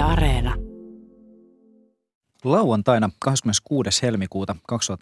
Areena. Lauantaina 26. helmikuuta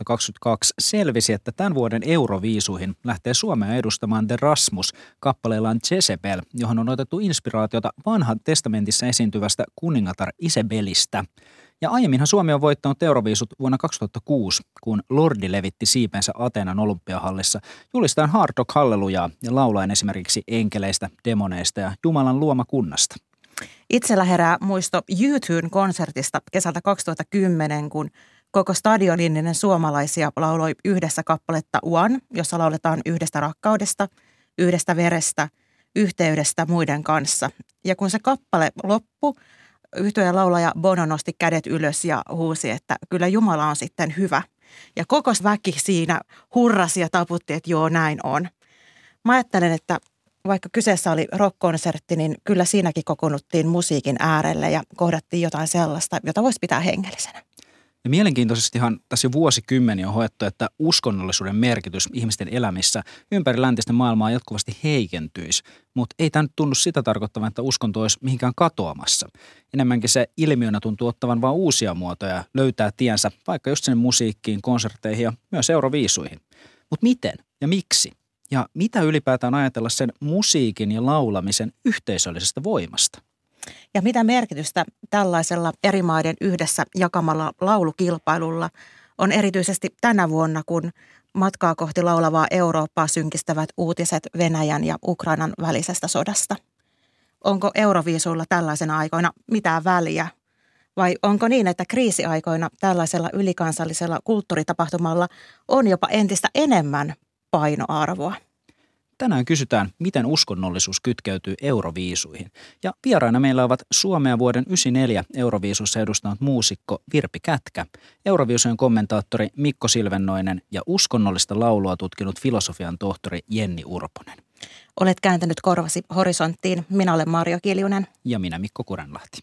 2022 selvisi, että tämän vuoden Euroviisuihin lähtee Suomea edustamaan The Rasmus kappaleellaan Jezebel, johon on otettu inspiraatiota vanhan testamentissa esiintyvästä kuningatar Isabelistä. Ja aiemminhan Suomi on voittanut Euroviisut vuonna 2006, kun Lordi levitti siipensä Ateenan olympiahallissa julistaen Hard Rock Hallelujaa ja laulaen esimerkiksi enkeleistä, demoneista ja Jumalan luomakunnasta. Itsellä herää muisto U2:n konsertista kesältä 2010, kun koko stadioninen suomalaisia lauloi yhdessä kappaletta One, jossa lauletaan yhdestä rakkaudesta, yhdestä verestä, yhteydestä muiden kanssa. Ja kun se kappale loppui, yhtyeen laulaja Bono nosti kädet ylös ja huusi, että kyllä Jumala on sitten hyvä. Ja koko väki siinä hurrasi ja taputti, että joo, näin on. Mä ajattelen, että vaikka kyseessä oli rock-konsertti, niin kyllä siinäkin kokoonnuttiin musiikin äärelle ja kohdattiin jotain sellaista, jota voisi pitää hengellisenä. Ja mielenkiintoisestihan tässä jo vuosikymmeniä on hoettu, että uskonnollisuuden merkitys ihmisten elämissä ympäri läntistä maailmaa jatkuvasti heikentyisi. Mutta ei tämä nyt tunnu sitä tarkoittavan, että uskonto olisi mihinkään katoamassa. Enemmänkin se ilmiönä tuntuu ottavan vaan uusia muotoja ja löytää tiensä vaikka just sinne musiikkiin, konsertteihin ja myös Euroviisuihin. Mutta miten ja miksi? Ja mitä ylipäätään ajatella sen musiikin ja laulamisen yhteisöllisestä voimasta? Ja mitä merkitystä tällaisella eri maiden yhdessä jakamalla laulukilpailulla on erityisesti tänä vuonna, kun matkaa kohti laulavaa Eurooppaa synkistävät uutiset Venäjän ja Ukrainan välisestä sodasta? Onko Euroviisuilla tällaisena aikoina mitään väliä? Vai onko niin, että kriisiaikoina tällaisella ylikansallisella kulttuuritapahtumalla on jopa entistä enemmän painoarvoa? Tänään kysytään, miten uskonnollisuus kytkeytyy Euroviisuihin. Ja vieraina meillä ovat Suomea vuoden 1994 Euroviisussa edustanut muusikko Virpi Kätkä, Euroviisujen kommentaattori Mikko Silvennoinen ja uskonnollista laulua tutkinut filosofian tohtori Jenni Urponen. Olet kääntänyt korvasi horisonttiin. Minä olen Marjo Kiljunen. Ja minä Mikko Kurenlahti.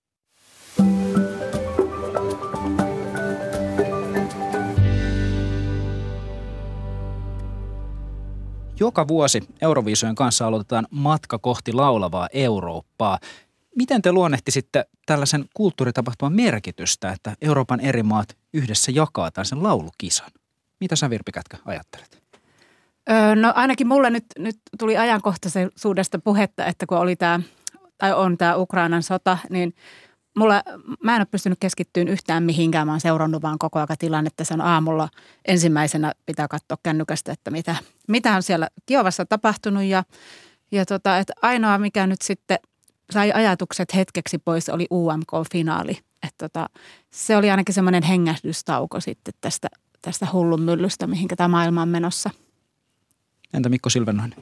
Joka vuosi Euroviisujen kanssa aloitetaan matka kohti laulavaa Eurooppaa. Miten te luonnehtisitte tällaisen kulttuuritapahtuman merkitystä, että Euroopan eri maat yhdessä jakaa tällaisen laulukisan? Mitä sä, Virpi Kätkä, ajattelet? No ainakin mulle nyt tuli ajankohtaisuudesta puhetta, että kun on tämä Ukrainan sota, niin mä en ole pystynyt keskittymään yhtään mihinkään. Mä oon seurannut vaan koko ajan tilannetta. Sen aamulla ensimmäisenä pitää katsoa kännykästä, että mitä on siellä Kiovassa tapahtunut. Että ainoa, mikä nyt sitten sai ajatukset hetkeksi pois, oli UMK-finaali. Se oli ainakin semmoinen hengähdystauko sitten tästä hullun myllystä, mihinkä tämä maailma on menossa. Entä Mikko Silvennoinen?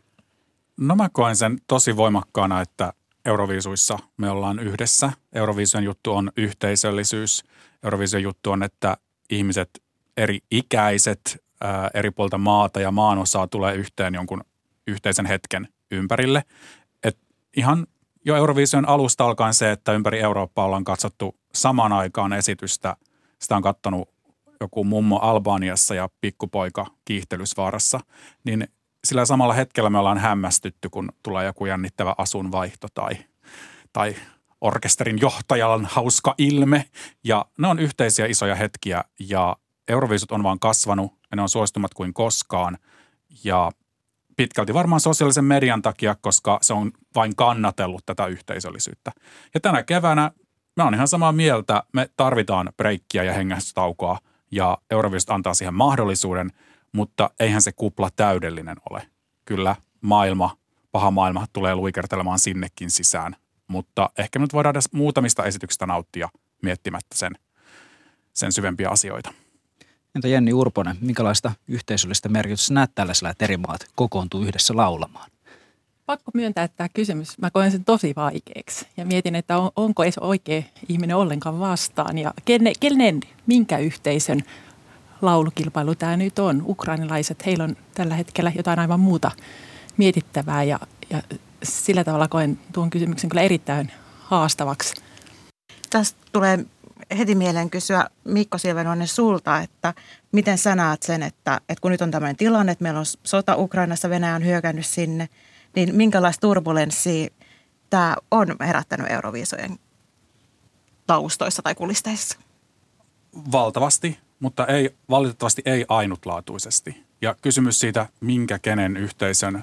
No mä koen sen tosi voimakkaana, että Euroviisuissa me ollaan yhdessä. Euroviisujen juttu on yhteisöllisyys. Euroviisujen juttu on, että ihmiset eri ikäiset eri puolta maata ja maanosaa tulee yhteen jonkun yhteisen hetken ympärille. Et ihan jo Euroviisujen alusta alkaen se, että ympäri Eurooppaa ollaan katsottu samaan aikaan esitystä. Sitä on katsonut joku mummo Albaniassa ja pikkupoika Kiihtelysvaarassa, niin sillä samalla hetkellä me ollaan hämmästytty, kun tulee joku jännittävä asunvaihto tai orkesterin johtajan hauska ilme. Ja ne on yhteisiä isoja hetkiä ja Euroviisut on vaan kasvanut ja ne on suositumat kuin koskaan. Ja pitkälti varmaan sosiaalisen median takia, koska se on vain kannatellut tätä yhteisöllisyyttä. Ja tänä keväänä mä oon ihan samaa mieltä, me tarvitaan breikkiä ja hengähdystaukoa ja Euroviisut antaa siihen mahdollisuuden. Mutta eihän se kupla täydellinen ole. Kyllä paha maailma tulee luikertelemaan sinnekin sisään. Mutta ehkä nyt voidaan edes muutamista esityksistä nauttia miettimättä sen syvempiä asioita. Entä Jenni Urponen, minkälaista yhteisöllistä merkitystä näet tällaisella, että eri maat kokoontuu yhdessä laulamaan? Pakko myöntää, että tämä kysymys, mä koen sen tosi vaikeaksi. Ja mietin, että onko edes oikea ihminen ollenkaan vastaan. Ja minkä yhteisön laulukilpailu tämä nyt on. Ukrainalaiset, heillä on tällä hetkellä jotain aivan muuta mietittävää ja sillä tavalla koen tuon kysymyksen kyllä erittäin haastavaksi. Tästä tulee heti mieleen kysyä Mikko Silvennoinen sulta, että miten sä näet sen, että kun nyt on tämmöinen tilanne, että meillä on sota Ukrainassa, Venäjä on hyökännyt sinne, niin minkälaista turbulenssia tämä on herättänyt Euroviisujen taustoissa tai kulisteissa? Valtavasti, mutta valitettavasti ei ainutlaatuisesti. Ja kysymys siitä, kenen yhteisön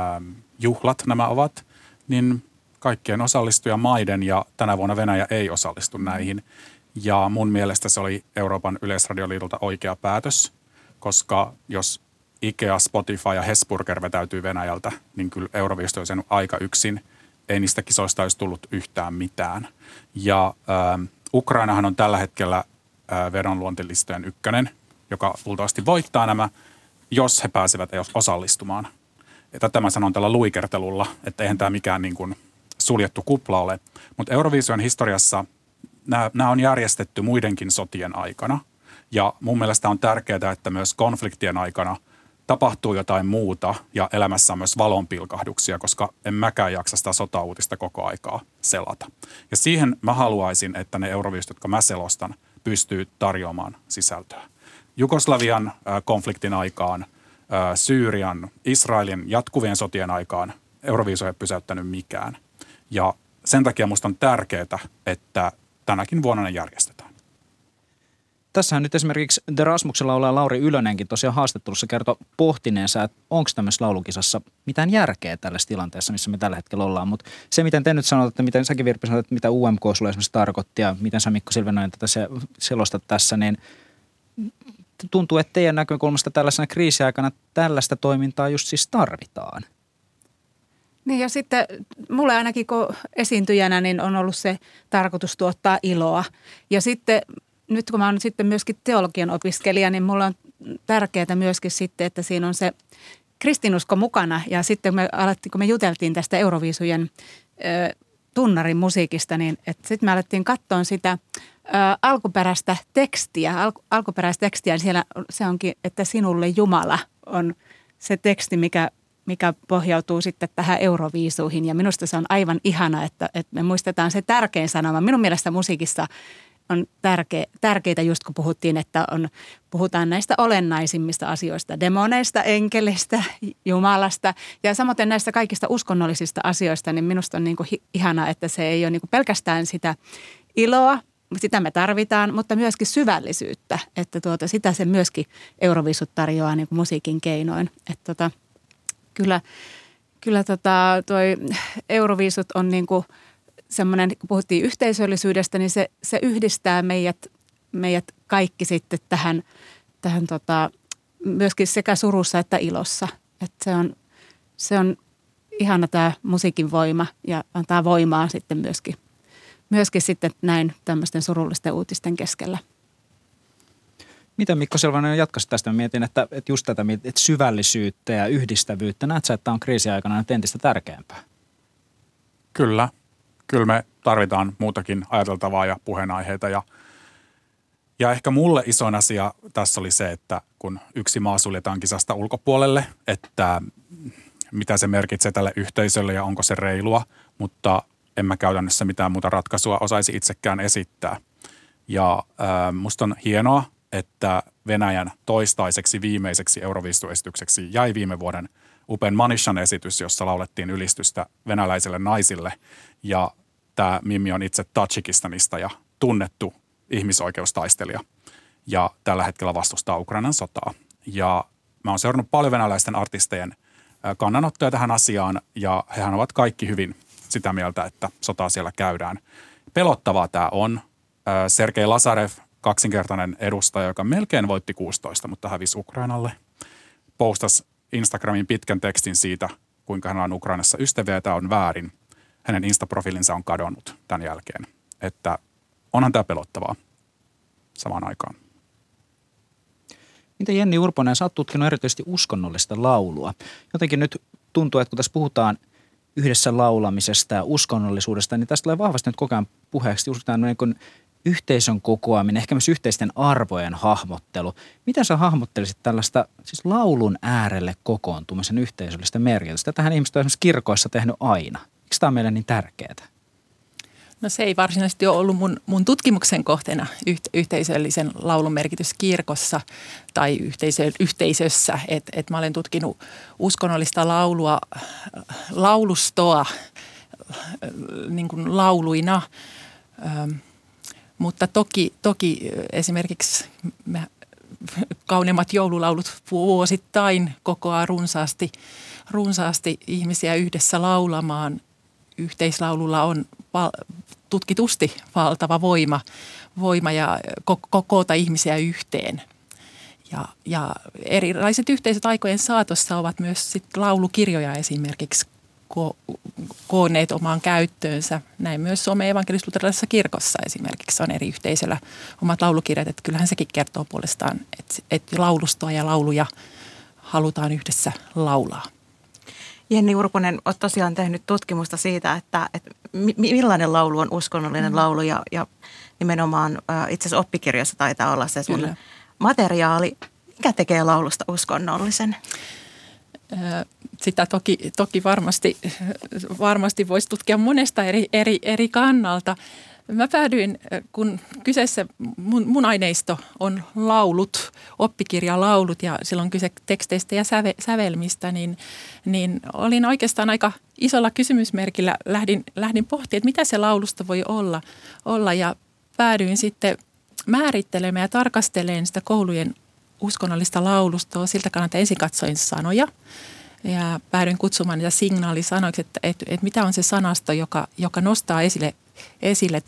juhlat nämä ovat, niin kaikkien osallistujamaiden ja tänä vuonna Venäjä ei osallistu näihin. Ja mun mielestä se oli Euroopan Yleisradioliitolta oikea päätös, koska jos IKEA, Spotify ja Hesburger vetäytyy Venäjältä, niin kyllä Euroviisut on sen aika yksin. Ei niistä kisoista olisi tullut yhtään mitään. Ja Ukrainahan on tällä hetkellä vedonluontilistojen ykkönen, joka luultavasti voittaa nämä, jos he pääsevät osallistumaan. Ja tätä mä sanon tällä luikertelulla, että eihän tämä mikään niin kuin suljettu kupla ole. Mutta Euroviision historiassa nämä on järjestetty muidenkin sotien aikana. Ja mun mielestä on tärkeää, että myös konfliktien aikana tapahtuu jotain muuta ja elämässä on myös valonpilkahduksia, koska en mäkään jaksa sitä sota-uutista koko aikaa selata. Ja siihen mä haluaisin, että ne Euroviisut, jotka mä selostan, pystyy tarjoamaan sisältöä. Jugoslavian konfliktin aikaan, Syyrian, Israelin jatkuvien sotien aikaan Euroviisu ei pysäyttänyt mikään. Ja sen takia musta on tärkeää, että tänäkin vuonna ne järjestetään. Tässähän nyt esimerkiksi The Rasmuksen laulaja Lauri Ylönenkin tosiaan haastattelussa kertoi pohtineensa, että onko tämmöisessä laulukisassa mitään järkeä tällaisessa tilanteessa, missä me tällä hetkellä ollaan. Mutta se, miten te nyt sanot, että miten säkin Virpi sanot, että mitä UMK sulle esimerkiksi tarkoitti ja miten sä Mikko Silvenoinen tätä selostat tässä, niin tuntuu, että teidän näkökulmasta tällaisena kriisiaikana tällaista toimintaa just siis tarvitaan. Niin ja sitten mulle ainakin esiintyjänä niin on ollut se tarkoitus tuottaa iloa. Ja sitten nyt kun mä oon sitten myöskin teologian opiskelija, niin mulla on tärkeää myöskin sitten, että siinä on se kristinusko mukana. Ja sitten kun me juteltiin tästä Euroviisujen tunnarin musiikista, niin sitten me alettiin katsoa sitä alkuperäistä tekstiä. Alkuperäistä tekstiä, niin siellä se onkin, että sinulle Jumala on se teksti, mikä pohjautuu sitten tähän Euroviisuihin. Ja minusta se on aivan ihana, että me muistetaan se tärkein sanoma. Minun mielestä musiikissa on tärkeitä just kun puhuttiin, että puhutaan näistä olennaisimmista asioista, demoneista, enkeleistä, Jumalasta ja samoin näistä kaikista uskonnollisista asioista, niin minusta on niin kuin ihanaa, että se ei ole niin kuin pelkästään sitä iloa, sitä me tarvitaan, mutta myöskin syvällisyyttä, että sitä se myöskin Euroviisut tarjoaa niin kuin musiikin keinoin, että kyllä toi Euroviisut on niin kuin semmoinen, kun puhuttiin yhteisöllisyydestä, niin se yhdistää meidät kaikki sitten tähän myöskin sekä surussa että ilossa. Että se on ihana tämä musiikin voima ja antaa voimaa sitten myöskin sitten näin tämmöisten surullisten uutisten keskellä. Miten Mikko Silvanoinen jatkaisi tästä? Mä mietin, että just tätä että syvällisyyttä ja yhdistävyyttä, näet sä, että on kriisiaikana nyt entistä tärkeämpää? Kyllä me tarvitaan muutakin ajateltavaa ja puheenaiheita. Ja ehkä mulle isoin asia tässä oli se, että kun yksi maa suljetaan kisasta ulkopuolelle, että mitä se merkitsee tälle yhteisölle ja onko se reilua, mutta en mä käytännössä mitään muuta ratkaisua osaisi itsekään esittää. Ja musta on hienoa, että Venäjän toistaiseksi viimeiseksi Euroviisuesitykseksi jäi viime vuoden Upen Manishan esitys, jossa laulettiin ylistystä venäläisille naisille. Ja tämä Mimmi on itse Tadžikistanista ja tunnettu ihmisoikeustaistelija. Ja tällä hetkellä vastustaa Ukrainan sotaa. Ja mä oon seurannut paljon venäläisten artistejen kannanottoja tähän asiaan. Ja hehän ovat kaikki hyvin sitä mieltä, että sotaa siellä käydään. Pelottavaa tämä on. Sergei Lazarev, kaksinkertainen edustaja, joka melkein voitti 16, mutta hävisi Ukrainalle, postasi Instagramin pitkän tekstin siitä, kuinka hän on Ukrainassa ystäviä ja tämä on väärin. Hänen Insta-profiilinsa on kadonnut tämän jälkeen. Että onhan tämä pelottavaa samaan aikaan. Miten Jenni Urponen, sä oot tutkinut erityisesti uskonnollista laulua. Jotenkin nyt tuntuu, että kun tässä puhutaan yhdessä laulamisesta ja uskonnollisuudesta, niin tästä tulee vahvasti nyt koko ajan puheeksi. Just tämä niin kuin yhteisön kokoaminen, ehkä myös yhteisten arvojen hahmottelu. Miten sä hahmottelisit tällaista siis laulun äärelle kokoontumisen yhteisöllistä merkitystä? Tähän ihmiset on esimerkiksi kirkoissa tehnyt aina. Miksi tämä on meille niin tärkeää? No se ei varsinaisesti ole ollut mun tutkimuksen kohteena yhteisöllisen laulun merkitys kirkossa tai yhteisössä. Et mä olen tutkinut uskonnollista laulustoa niin kuin lauluina Mutta toki esimerkiksi kauneimmat joululaulut vuosittain kokoaa runsaasti ihmisiä yhdessä laulamaan. Yhteislaululla on tutkitusti valtava voima ja koota ihmisiä yhteen. Ja erilaiset yhteisöt aikojen saatossa ovat myös sit laulukirjoja esimerkiksi koonneet omaan käyttöönsä. Näin myös Suomen evankelis-luterilaisessa kirkossa esimerkiksi on eri yhteisöllä omat laulukirjat. Että kyllähän sekin kertoo puolestaan, että laulustoa ja lauluja halutaan yhdessä laulaa. Jenni Urponen, olet tosiaan tehnyt tutkimusta siitä, että millainen laulu on uskonnollinen laulu ja nimenomaan itse asiassa oppikirjassa taitaa olla se sun materiaali. Mikä tekee laulusta uskonnollisen? Sitä toki varmasti voisi tutkia monesta eri kannalta. Mä päädyin, kun kyseessä mun aineisto on laulut, oppikirjalaulut ja silloin kyse teksteistä ja sävelmistä, niin olin oikeastaan aika isolla kysymysmerkillä, lähdin pohtimaan, että mitä se laulusta voi olla ja päädyin sitten määrittelemään ja tarkastelemaan sitä koulujen uskonnollista laulustoa. Siltä kannalta ensin katsoin sanoja ja päädyin kutsumaan niitä signaalisanoiksi, että mitä on se sanasto, joka nostaa esille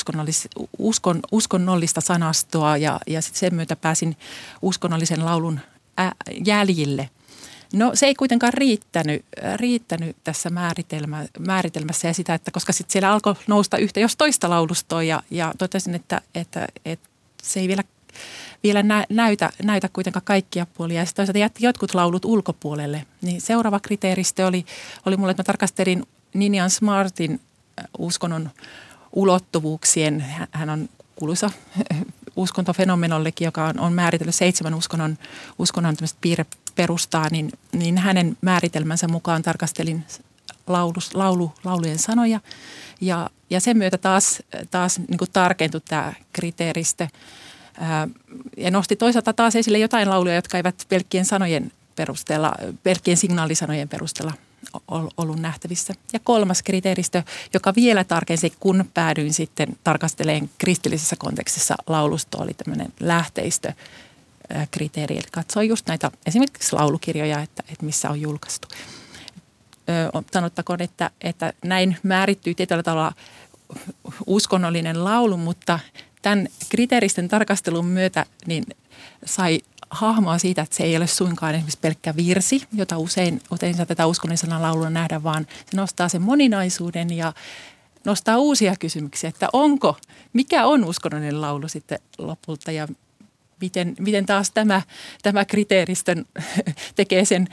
uskonnollista sanastoa ja sitten sen myötä pääsin uskonnollisen laulun jäljille. No se ei kuitenkaan riittänyt tässä määritelmässä ja sitä, että koska sitten siellä alkoi nousta yhtä jos toista laulustoa ja totesin, että se ei vielä näytä kuitenkaan kaikkia puolia. Ja sitten toisaalta jätti jotkut laulut ulkopuolelle. Niin seuraava kriteeristö oli mulle, että mä tarkastelin Ninian Smartin uskonnon ulottuvuuksien. Hän on kuuluisa uskontofenomenologi, joka on määritellyt 7 uskonnon piirreperustaa, niin hänen määritelmänsä mukaan tarkastelin laulujen sanoja. Ja sen myötä taas niin kuin tarkentui tämä kriteeristö. Ja nosti toisaalta taas esille jotain lauluja, jotka eivät pelkkien signaalisanojen perusteella ollut nähtävissä. Ja 3. kriteeristö, joka vielä tarkensi, kun päädyin sitten tarkastelemaan kristillisessä kontekstissa laulustoa, oli tämmöinen lähteistökriteeri. Eli katsoi just näitä esimerkiksi laulukirjoja, että missä on julkaistu. Sanottakoon, että näin määrittyy tietyllä tavalla uskonnollinen laulu, mutta tämän kriteeristen tarkastelun myötä niin sai hahmoa siitä, että se ei ole suinkaan esimerkiksi pelkkä virsi, jota usein tätä uskonnollisena lauluna nähdään, vaan se nostaa sen moninaisuuden ja nostaa uusia kysymyksiä, että mikä on uskonnollinen laulu sitten lopulta ja miten taas tämä kriteeristön tekee sen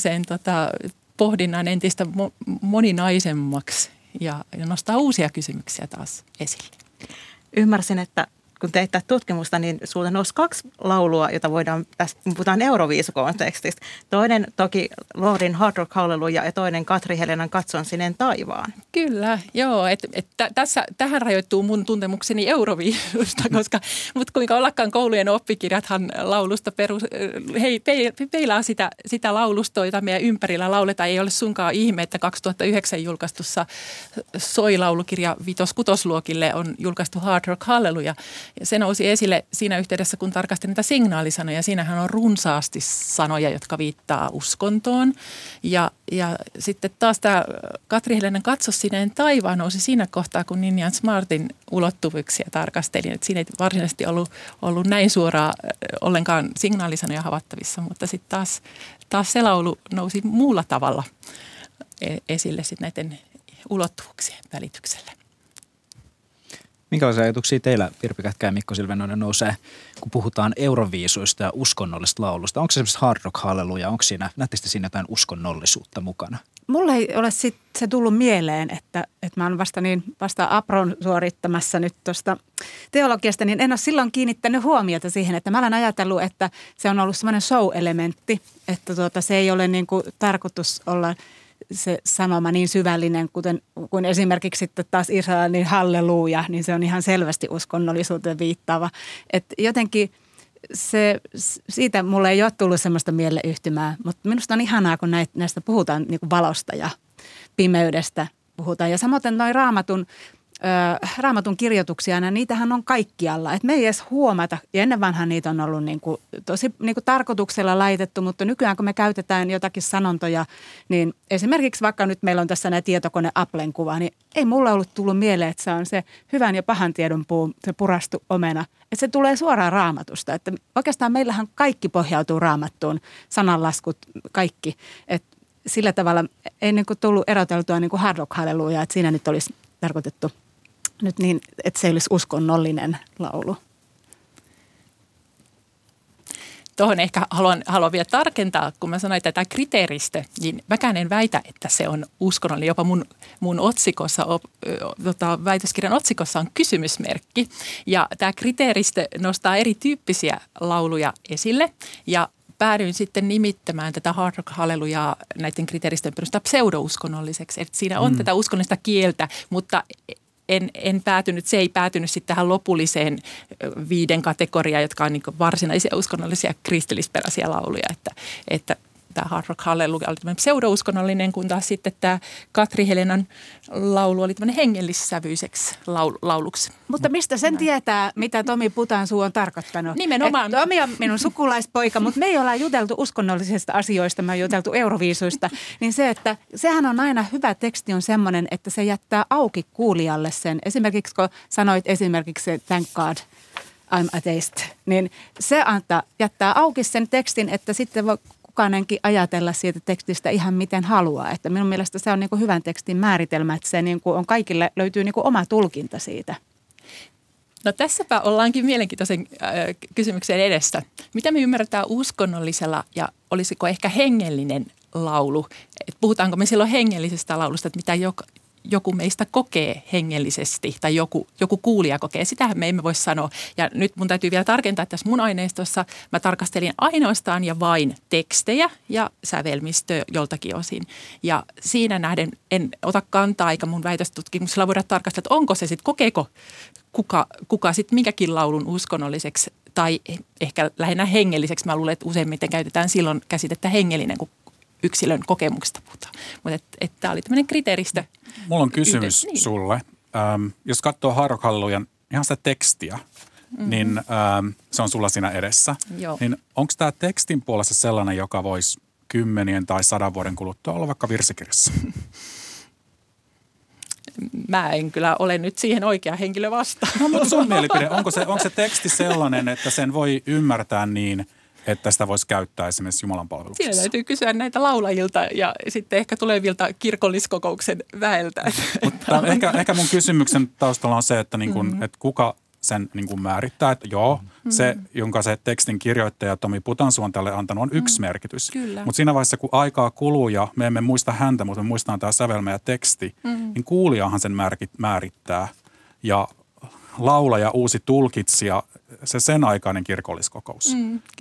pohdinnan entistä moninaisemmaksi ja nostaa uusia kysymyksiä taas esille. Ymmärsin, että kun teit tätä tutkimusta, niin sulta nousi 2 laulua, jota voidaan, tässä puhutaan Euroviisukontekstista. Toinen toki Lordin Hard Rock Hallelujah ja toinen Katri Helenan Katson sineen taivaan. Kyllä, joo. Tähän rajoittuu mun tuntemukseni Euroviisusta, mutta kuinka ollakaan koulujen oppikirjathan laulusta peilaa sitä laulustoa, jota meidän ympärillä lauletaan. Ei ole sunkaan ihme, että 2009 julkaistussa Soi-laulukirja 5-6-luokille on julkaistu Hard Rock Hallelujah. Ja se nousi esille siinä yhteydessä, kun tarkastin niitä signaalisanoja. Siinähän on runsaasti sanoja, jotka viittaa uskontoon. Ja sitten taas tämä Katri Helenan Katso sineen taivaan nousi siinä kohtaa, kun Ninian Smartin ulottuvuuksia tarkastelin. Että siinä ei varsinaisesti ollut näin suoraan ollenkaan signaalisanoja havattavissa, mutta sitten taas se laulu nousi muulla tavalla esille sitten näiden ulottuvuuksien välityksellä. Minkälaisia ajatuksia teillä, Virpi Kätkä ja Mikko Silvennoinen, nousee, kun puhutaan euroviisuista ja uskonnollisesta laulusta? Onko se esimerkiksi Hard Rock Hallelujah, näettekö siinä jotain uskonnollisuutta mukana? Mulle ei ole se tullut mieleen, että mä oon vasta apron suorittamassa nyt tuosta teologiasta, niin en ole silloin kiinnittänyt huomiota siihen, että mä olen ajatellut, että se on ollut semmoinen show-elementti, että se ei ole niin kuin tarkoitus olla se sanoma niin syvällinen, kuin esimerkiksi sitten taas Israelin halleluja, niin se on ihan selvästi uskonnollisuuteen viittaava. Että jotenkin siitä mulle ei ole tullut semmoista mieleyhtymää, mutta minusta on ihanaa, kun näistä puhutaan niin kuin valosta ja pimeydestä puhutaan. Ja samoin noin Raamatun Raamatun kirjoituksia, ja niitähän on kaikkialla. Et me ei edes huomata, ja ennen vanhaan niitä on ollut tosi tarkoituksella laitettu, mutta nykyään kun me käytetään jotakin sanontoja, niin esimerkiksi vaikka nyt meillä on tässä nämä tietokone Applen kuva, niin ei mulla ollut tullut mieleen, että se on se hyvän ja pahan tiedon puu, se purastu omena. Että se tulee suoraan Raamatusta. Että oikeastaan meillähän kaikki pohjautuu Raamattuun, sananlaskut, kaikki. Että sillä tavalla ei tullut eroteltua hard rock hallelujaa, että siinä nyt olisi tarkoitettu nyt niin, että se olisi uskonnollinen laulu. Tuohon ehkä haluan vielä tarkentaa, kun mä sanoin, että tämä kriteeristö, niin mäkään en väitä, että se on uskonnollinen. Jopa mun otsikossa, väitöskirjan otsikossa on kysymysmerkki. Ja tämä kriteeristö nostaa erityyppisiä lauluja esille ja päädyin sitten nimittämään tätä hard rock hallelujaa näiden kriteeristön perusteella pseudo-uskonnolliseksi. Että siinä on tätä uskonnollista kieltä, mutta se ei päätynyt sitten tähän lopulliseen 5 kategoriaan, jotka on niin varsinaisia uskonnollisia kristillisperäisiä lauluja, että tämä hard rock hallelujah oli tämmöinen pseudo-uskonnollinen, kun taas sitten tämä Katri Helenan laulu oli tämmöinen hengellissävyiseksi lauluksi. Mutta mistä sen tietää, mitä Tomi Putansuu on tarkoittanut? Nimenomaan. Tomi on minun sukulaispoika, mutta me ei olla juteltu uskonnollisista asioista, me on juteltu euroviisuista. Niin se, että sehän on aina hyvä teksti on semmoinen, että se jättää auki kuulijalle sen. Esimerkiksi kun sanoit esimerkiksi se Thank God, I'm atheist, niin se jättää auki sen tekstin, että sitten voi kukaanenkin ajatella siitä tekstistä ihan miten haluaa. Että minun mielestä se on hyvän tekstin määritelmä, että se on kaikille löytyy oma tulkinta siitä. No tässäpä ollaankin mielenkiintoisen kysymyksen edessä. Mitä me ymmärretään uskonnollisella ja olisiko ehkä hengellinen laulu? Et puhutaanko me silloin hengellisestä laulusta, että mitä joku meistä kokee hengellisesti tai joku kuulija kokee. Sitähän me emme voi sanoa. Ja nyt mun täytyy vielä tarkentaa, että tässä mun aineistossa mä tarkastelin ainoastaan ja vain tekstejä ja sävelmistöä joltakin osin. Ja siinä nähden en ota kantaa, eikä mun väitöstutkimuksella voida tarkastella, että onko se sitten, kokeeko kuka sitten minkäkin laulun uskonnolliseksi tai ehkä lähinnä hengelliseksi. Mä luulen, että useimmiten käytetään silloin käsitettä hengellinen, kun yksilön kokemuksesta puhutaan. Mutta tämä oli tämmöinen kriteeristö. Mulla on kysymys sulle. Jos katsoo hard rock hallelujan ihan sitä tekstiä, niin se on sulla siinä edessä. Joo. Niin onko tämä tekstin puolessa sellainen, joka voisi 10 tai 100 vuoden kuluttua olla vaikka virsikirjassa? Mä en kyllä ole nyt siihen oikea henkilö vastaan. No, mutta sun mielipide, onko se teksti sellainen, että sen voi ymmärtää niin, että sitä voisi käyttää esimerkiksi Jumalan palveluksessa? Siinä täytyy kysyä näitä laulajilta ja sitten ehkä tulevilta kirkolliskokouksen väeltä. Mutta ehkä mun kysymyksen taustalla on se, että, että kuka sen määrittää, että se, jonka se tekstin kirjoittaja Tomi Putansuu on tälle antanut, on yksi merkitys. Mutta siinä vaiheessa, kun aikaa kuluu ja me emme muista häntä, mutta me muistetaan tämä sävelmä ja teksti, niin kuulijahan sen määrittää. Ja laulaja, uusi tulkitsija, se sen aikainen kirkolliskokous.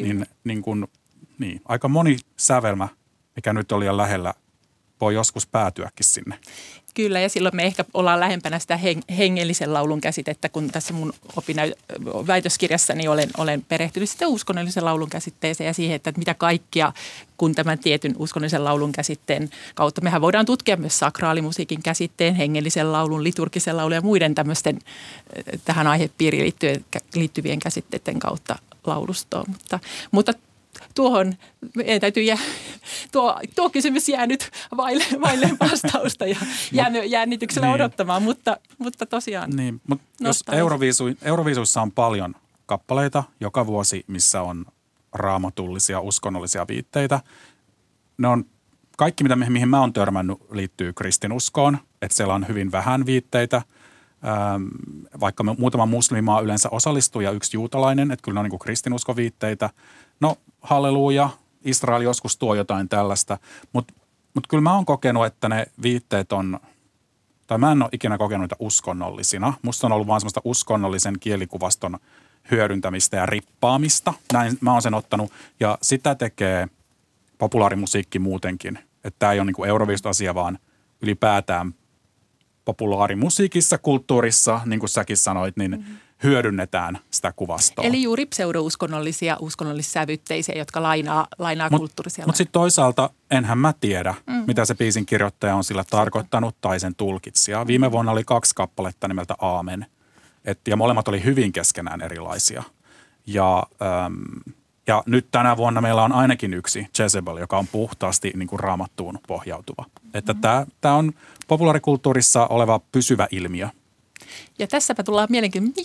Aika moni sävelmä, mikä nyt oli jo lähellä, voi joskus päätyäkin sinne. Kyllä, ja silloin me ehkä ollaan lähempänä sitä hengellisen laulun käsitettä, kun tässä mun väitöskirjassani olen perehtynyt sitten uskonnollisen laulun käsitteeseen ja siihen, että mitä kaikkia, kun tämän tietyn uskonnollisen laulun käsitteen kautta. Mehän voidaan tutkia myös sakraalimusiikin käsitteen, hengellisen laulun, liturgisen laulun ja muiden tämmöisten tähän aihepiiriin liittyvien käsitteiden kautta laulustoon, mutta tuohon meidän täytyy tuo kysymys jää nyt vaille vastausta ja jännityksellä odottamaan, mutta tosiaan. Niin, mutta jos Euroviisuissa on paljon kappaleita joka vuosi, missä on raamatullisia, uskonnollisia viitteitä. Ne on kaikki, mihin mä oon törmännyt, liittyy kristinuskoon, että siellä on hyvin vähän viitteitä. Vaikka muutama muslimimaa yleensä osallistuu ja yksi juutalainen, että kyllä ne on niin kuin kristinuskoviitteitä. No, halleluja, Israel joskus tuo jotain tällaista, mutta kyllä mä oon kokenut, että ne viitteet on, tai mä en ole ikinä kokenut niitä uskonnollisina. Musta on ollut vaan semmoista uskonnollisen kielikuvaston hyödyntämistä ja rippaamista. Näin mä oon sen ottanut, ja sitä tekee populaarimusiikki muutenkin. Että tämä ei ole niin kuin Euroviisut-asia, vaan ylipäätään populaarimusiikissa, kulttuurissa, niin kuin säkin sanoit, niin hyödynnetään sitä kuvastoa. Eli juuri pseudouskonnollisia, uskonnollissävytteisiä, jotka lainaa kulttuurisia. Mutta sitten toisaalta enhän mä tiedä, mitä se biisin kirjoittaja on sillä tarkoittanut tai sen tulkitsija. Viime vuonna oli 2 kappaletta nimeltä Aamen. Ja molemmat oli hyvin keskenään erilaisia. Ja nyt tänä vuonna meillä on ainakin yksi Jezebel, joka on puhtaasti niin kuin raamattuun pohjautuva. Että tämä on populaarikulttuurissa oleva pysyvä ilmiö. Ja tässäpä tullaan mielenkiintoinen,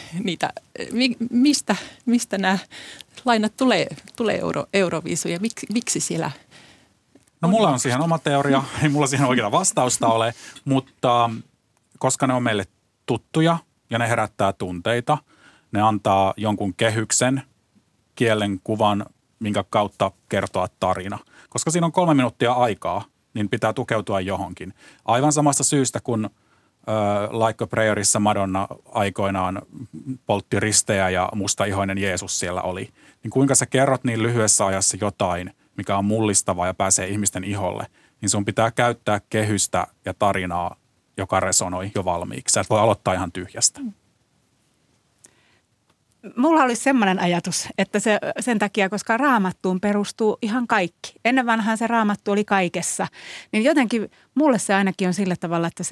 mistä nämä lainat tulee Euroviisuun, miksi siellä? No mulla on siihen oma teoria, ei mulla siihen oikeaa vastausta ole, mutta koska ne on meille tuttuja ja ne herättää tunteita, ne antaa jonkun kehyksen, kielen kuvan, minkä kautta kertoa tarina. Koska siinä on 3 minuuttia aikaa, niin pitää tukeutua johonkin. Aivan samasta syystä, kun Like a Prayerissa Madonna aikoinaan poltti ristejä ja mustaihoinen Jeesus siellä oli. Niin kuinka sä kerrot niin lyhyessä ajassa jotain, mikä on mullistavaa ja pääsee ihmisten iholle, niin sun pitää käyttää kehystä ja tarinaa, joka resonoi jo valmiiksi. Sä et voi aloittaa ihan tyhjästä. Mulla oli semmoinen ajatus, että sen takia, koska raamattuun perustuu ihan kaikki. Ennen vanhaan se raamattu oli kaikessa. Niin jotenkin mulle se ainakin on sillä tavalla, että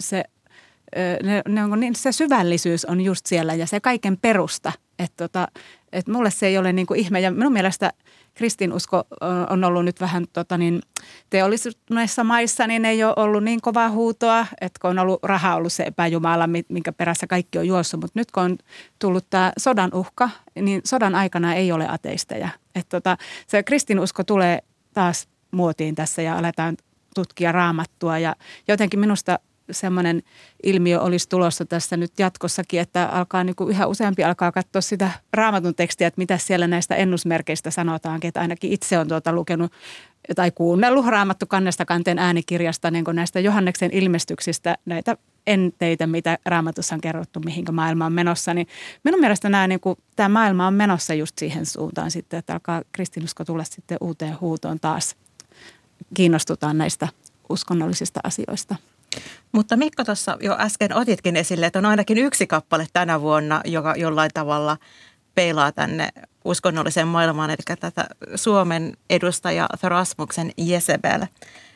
se syvällisyys on just siellä ja se kaiken perusta. Että mulle se ei ole niin kuin ihme. Ja minun mielestä kristinusko on ollut nyt vähän teollistuneissa maissa, niin ei ole ollut niin kovaa huutoa, että kun on ollut se epäjumala, minkä perässä kaikki on juossut. Mutta nyt kun on tullut tämä sodan uhka, niin sodan aikana ei ole ateisteja. Että se kristinusko tulee taas muotiin tässä ja aletaan tutkia raamattua ja jotenkin minusta semmoinen ilmiö olisi tulossa tässä nyt jatkossakin, että alkaa niin kuin yhä useampi alkaa katsoa sitä raamatun tekstiä, että mitä siellä näistä ennusmerkeistä sanotaankin. Että ainakin itse on lukenut tai kuunnellut Raamattu kannesta kanteen äänikirjasta niin kuin näistä Johanneksen ilmestyksistä, näitä enteitä, mitä Raamatussa on kerrottu, mihinkä maailma on menossa. Niin minun mielestä tämä maailma on menossa just siihen suuntaan sitten, että alkaa kristinusko tulla sitten uuteen huutoon taas. Kiinnostutaan näistä uskonnollisista asioista. Mutta Mikko tuossa jo äsken otitkin esille, että on ainakin yksi kappale tänä vuonna, joka jollain tavalla peilaa tänne uskonnolliseen maailmaan, eli tätä Suomen edustaja Rasmuksen Jezebel,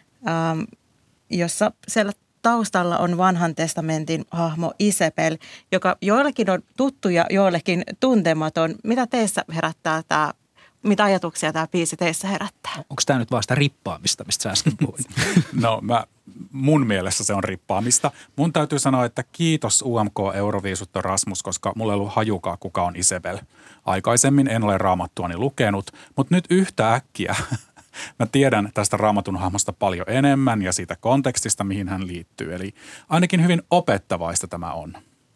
jossa siellä taustalla on vanhan testamentin hahmo Isabel, joka joillekin on tuttu ja joillekin tuntematon. Mitä teissä herättää tämä? Mitä ajatuksia tämä biisi teissä herättää? Onko tämä nyt vaan sitä rippaamista, mistä sä äsken puhuit? No mun mielestä se on rippaamista. Mun täytyy sanoa, että kiitos UMK Euroviisutto Rasmus, koska mulla ei ollut hajukaan, kuka on Isabel. Aikaisemmin en ole raamattuani lukenut, mutta nyt yhtäkkiä mä tiedän tästä raamatun hahmosta paljon enemmän ja siitä kontekstista, mihin hän liittyy. Eli ainakin hyvin opettavaista tämä on.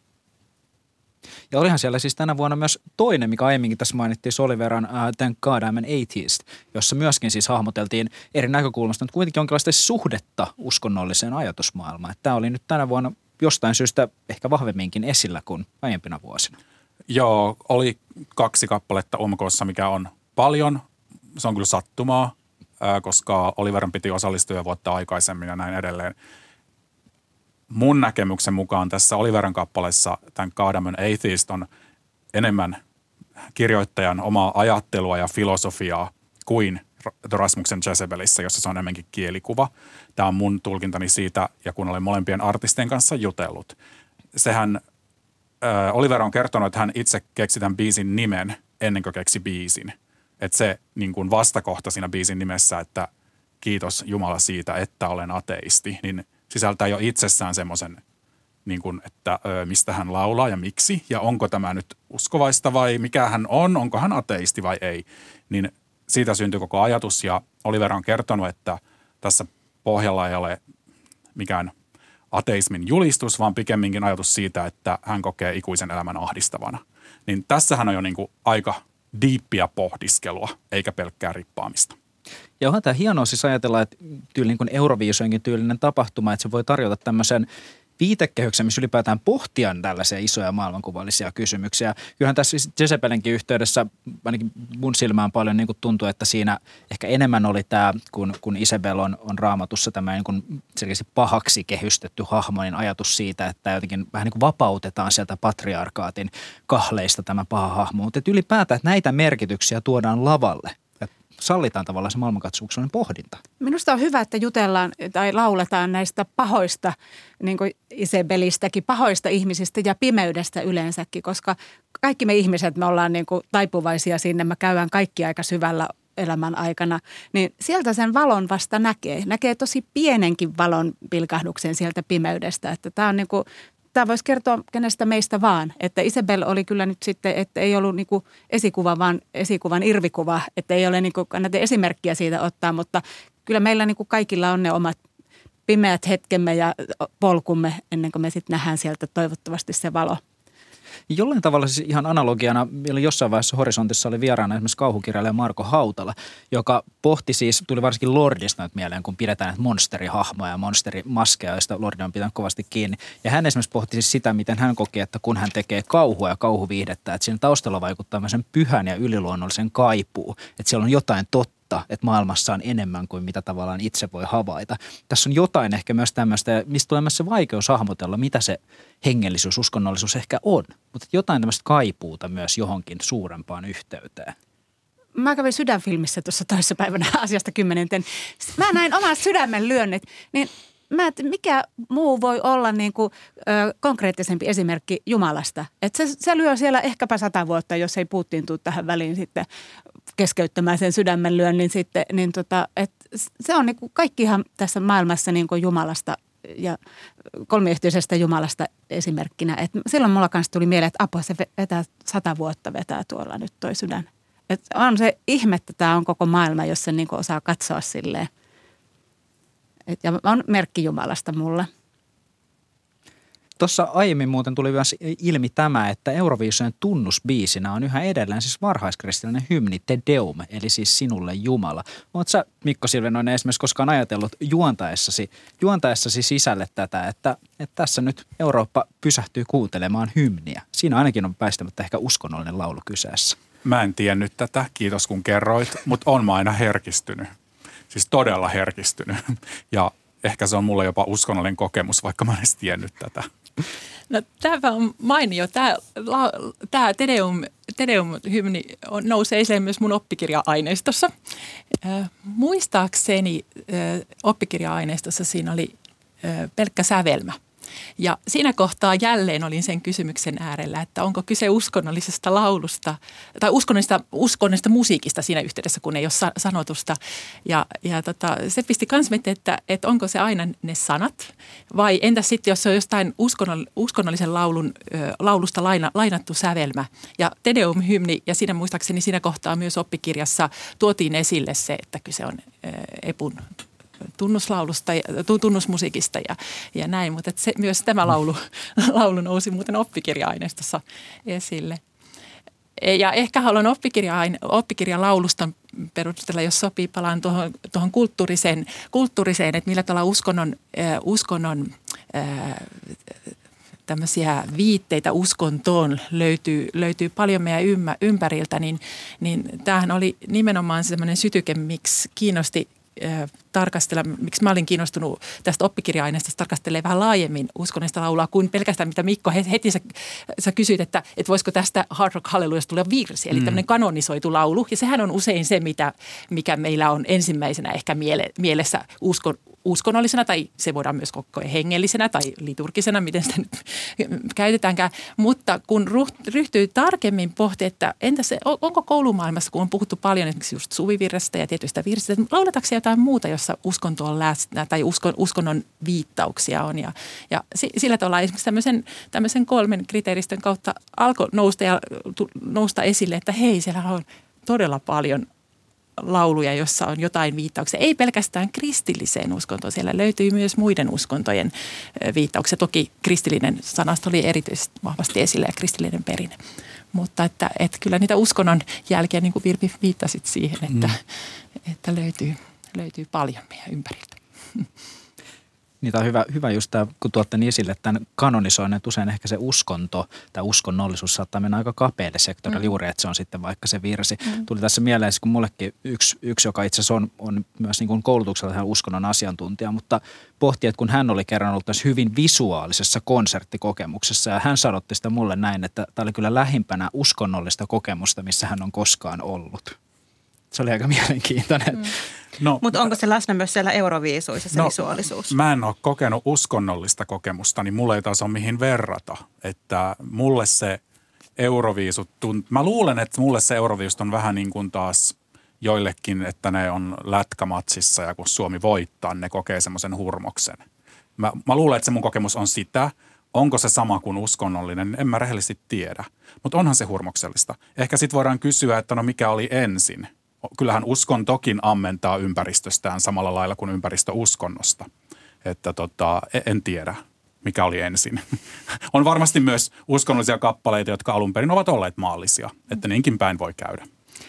Ja olihan siellä siis tänä vuonna myös toinen, mikä aiemminkin tässä mainittiin, Soliveran Thank God I'm an Atheist, jossa myöskin siis hahmoteltiin eri näkökulmasta, mutta kuitenkin jonkinlaista suhdetta uskonnolliseen ajatusmaailmaan. Tämä oli nyt tänä vuonna jostain syystä ehkä vahvemminkin esillä kuin aiempina vuosina. Joo, oli 2 kappaletta UMK:ssa, mikä on paljon. Se on kyllä sattumaa, koska Oliveran piti osallistua jo vuotta aikaisemmin ja näin edelleen. Mun näkemyksen mukaan tässä Oliveran kappaleessa tämän God I'm an Atheist on enemmän kirjoittajan omaa ajattelua ja filosofiaa kuin Rasmuksen Jezebelissä, jossa se on enemmänkin kielikuva. Tämä on mun tulkintani siitä, ja kun olen molempien artistien kanssa jutellut. Sehän Oliver on kertonut, että hän itse keksi tämän biisin nimen ennen kuin keksi biisin. Että se niin kuin vastakohta siinä biisin nimessä, että kiitos Jumala siitä, että olen ateisti, niin sisältää jo itsessään semmoisen, niin kuin, että mistä hän laulaa ja miksi, ja onko tämä nyt uskovaista vai mikä hän on, onko hän ateisti vai ei. Niin siitä syntyy koko ajatus, ja Oliver on kertonut, että tässä pohjalla ei ole mikään ateismin julistus, vaan pikemminkin ajatus siitä, että hän kokee ikuisen elämän ahdistavana. Niin tässähän on jo niin kuin aika diippiä pohdiskelua, eikä pelkkää rippaamista. Ja onhan tämä hienoa siis ajatella, että tyyli niin kuin Euroviisojenkin tyylinen tapahtuma, että se voi tarjota tämmöisen viitekehyksen, missä ylipäätään pohtia tällaisia isoja maailmankuvallisia kysymyksiä. Kyllähän tässä Jezebelinkin yhteydessä ainakin mun silmään paljon niin kuin tuntuu, että siinä ehkä enemmän oli tämä, kun Isabel on Raamatussa tämä niin kuin selkeästi pahaksi kehystetty hahmo, niin ajatus siitä, että jotenkin vähän niin kuin vapautetaan sieltä patriarkaatin kahleista tämä paha hahmo. Mutta ylipäätään, että näitä merkityksiä tuodaan lavalle. Sallitaan tavallaan se maailmankatsomuksellinen pohdinta. Minusta on hyvä, että jutellaan tai lauletaan näistä pahoista, niin kuin Isabelistäkin, pahoista ihmisistä ja pimeydestä yleensäkin, koska kaikki me ihmiset, me ollaan niin kuin taipuvaisia sinne, me käydään kaikki aika syvällä elämän aikana, niin sieltä sen valon vasta näkee. Näkee tosi pienenkin valon pilkahduksen sieltä pimeydestä, että tämä on niin kuin tämä voisi kertoa kenestä meistä vaan, että Isabel oli kyllä nyt sitten, että ei ollut niinku esikuva, vaan esikuvan irvikuva, että ei ole niinku kannata esimerkkiä siitä ottaa, mutta kyllä meillä niinku kaikilla on ne omat pimeät hetkemme ja polkumme ennen kuin me sitten nähdään sieltä toivottavasti se valo. Jollain tavalla siis ihan analogiana, vielä jossain vaiheessa Horisontissa oli vieraana esimerkiksi kauhukirjailija Marko Hautala, joka pohti siis, tuli varsinkin Lordista nyt mieleen, kun pidetään näitä monsterihahmoja ja monsterimaskeja, joista Lordi on pitänyt kovasti kiinni. Ja hän esimerkiksi pohti siis sitä, miten hän koki, että kun hän tekee kauhua ja kauhuviihdettä, että siinä taustalla vaikuttaa myös sen pyhän ja yliluonnollisen kaipuu, että siellä on jotain totta, että maailmassa on enemmän kuin mitä tavallaan itse voi havaita. Tässä on jotain ehkä myös tämmöistä, mistä tulee myös se vaikeus hahmotella, mitä se hengellisyys, uskonnollisuus ehkä on. Mutta jotain tämmöistä kaipuuta myös johonkin suurempaan yhteyteen. Mä kävin Sydänfilmissä tuossa toissapäivänä asiasta 10. Mä näin oman sydämen lyönnit, niin mikä muu voi olla niin kuin, konkreettisempi esimerkki Jumalasta. Että se lyö siellä ehkäpä 100 vuotta, jos ei Putin tule tähän väliin sitten keskeyttämään sen sydämen lyönnin sitten. Niin että se on niin kuin kaikkihan tässä maailmassa niin kuin Jumalasta ja kolmiyhtyisestä Jumalasta esimerkkinä. Et silloin mulla kanssa tuli mieleen, että apua se vetää 100 vuotta vetää tuolla nyt toi sydän. Et on se ihme, että tämä on koko maailma, jos se niin kuin osaa katsoa silleen. Ja on merkki Jumalasta mulle. Tuossa aiemmin muuten tuli myös ilmi tämä, että Euroviisujen tunnusbiisinä on yhä edelleen siis varhaiskristillinen hymni Te Deum, eli siis Sinulle Jumala. Oletko sä, Mikko Silvenoinen, esimerkiksi koskaan ajatellut juontaessasi sisälle tätä, että tässä nyt Eurooppa pysähtyy kuuntelemaan hymniä? Siinä ainakin on väistämättä ehkä uskonnollinen laulu kyseessä. Mä en tiennyt tätä, kiitos kun kerroit, mutta on mä aina herkistynyt. Siis todella herkistynyt. Ja ehkä se on mulle jopa uskonnollinen kokemus, vaikka mä en edes tiennyt tätä. No tämä on mainio. Tämä Te Deum-hymni nousee esille myös mun oppikirja-aineistossa. Muistaakseni oppikirja-aineistossa siinä oli pelkkä sävelmä. Ja siinä kohtaa jälleen olin sen kysymyksen äärellä, että onko kyse uskonnollisesta laulusta tai uskonnollisesta musiikista siinä yhteydessä, kun ei ole sanotusta. Ja se pisti kans miettiä, että onko se aina ne sanat vai entäs sitten, jos se on jostain uskonnollisen laulusta lainattu sävelmä. Ja Te Deum-hymni, ja siinä muistaakseni siinä kohtaa myös oppikirjassa tuotiin esille se, että kyse on Epun tunnuslaulusta ja tunnusmusiikista ja näin, mutta myös tämä laulu nousi muuten oppikirja-aineistossa esille. Ja ehkä haluan oppikirjalaulusta perustella, jos sopii, palaan tuohon kulttuuriseen, että millä tavalla uskonnon tämmöisiä viitteitä uskontoon löytyy paljon meidän ympäriltä, niin tämähän oli nimenomaan semmoinen sytyke, miksi kiinnosti tarkastella, miksi mä olin kiinnostunut tästä oppikirja-aineistosta tarkastelee vähän laajemmin uskonnollista laulua kuin pelkästään, mitä Mikko heti sä kysyit, että voisiko tästä Hard Rock Hallelujasta tulla virsi, eli tämmöinen kanonisoitu laulu. Ja sehän on usein se, mikä meillä on ensimmäisenä ehkä mielessä uskonnollisena, tai se voidaan myös koko hengellisenä tai liturgisena, miten sitä nyt käytetäänkään. Mutta kun ryhtyy tarkemmin pohtimaan, että entä se, onko koulumaailmassa, kun on puhuttu paljon esimerkiksi just suvivirrestä ja tietyistä virsistä, että lauletaanko jotain muuta, jossa uskonto on läsnä tai uskonnon viittauksia on. Ja sillä tavalla esimerkiksi tämmöisen 3 kriteeristön kautta alkoi nousta esille, että hei, siellä on todella paljon lauluja, jossa on jotain viittauksia. Ei pelkästään kristilliseen uskontoon, siellä löytyy myös muiden uskontojen viittauksia. Toki kristillinen sanasta oli erityisesti vahvasti esillä ja kristillinen perinne. Mutta että kyllä niitä uskonnon jälkiä, niin kuin Virpi viittasit siihen, että löytyy paljon meidän ympäriltä. Niin, tämä on hyvä just tämä, kun tuotte niin esille tämän kanonisoinnin, että usein ehkä se uskonto tai uskonnollisuus saattaa mennä aika kapealle sektorille juuri, että se on sitten vaikka se virsi. Tuli tässä mieleen, kun mullekin yksi joka itse asiassa on myös niin kuin koulutuksella tähän uskonnon asiantuntija, mutta pohti, että kun hän oli kerran ollut tässä hyvin visuaalisessa konserttikokemuksessa ja hän sanotti sitä mulle näin, että tämä oli kyllä lähimpänä uskonnollista kokemusta, missä hän on koskaan ollut. Se oli aika mielenkiintoinen. No, mutta onko se läsnä myös siellä Euroviisuissa se visuaalisuus? Mä en ole kokenut uskonnollista kokemusta, niin mulla ei taas ole mihin verrata. Että mulle se Euroviisut, mä luulen, että mulle se Euroviisut on vähän niin kuin taas joillekin, että ne on lätkämatsissa ja kun Suomi voittaa, ne kokee semmoisen hurmoksen. Mä luulen, että se mun kokemus on sitä. Onko se sama kuin uskonnollinen, en mä rehellisesti tiedä. Mutta onhan se hurmoksellista. Ehkä sitten voidaan kysyä, että no mikä oli ensin. Kyllähän uskontokin ammentaa ympäristöstään samalla lailla kuin ympäristö uskonnosta. Että en tiedä, mikä oli ensin. On varmasti myös uskonnollisia kappaleita, jotka alun perin ovat olleet maallisia. Että niinkin päin voi käydä.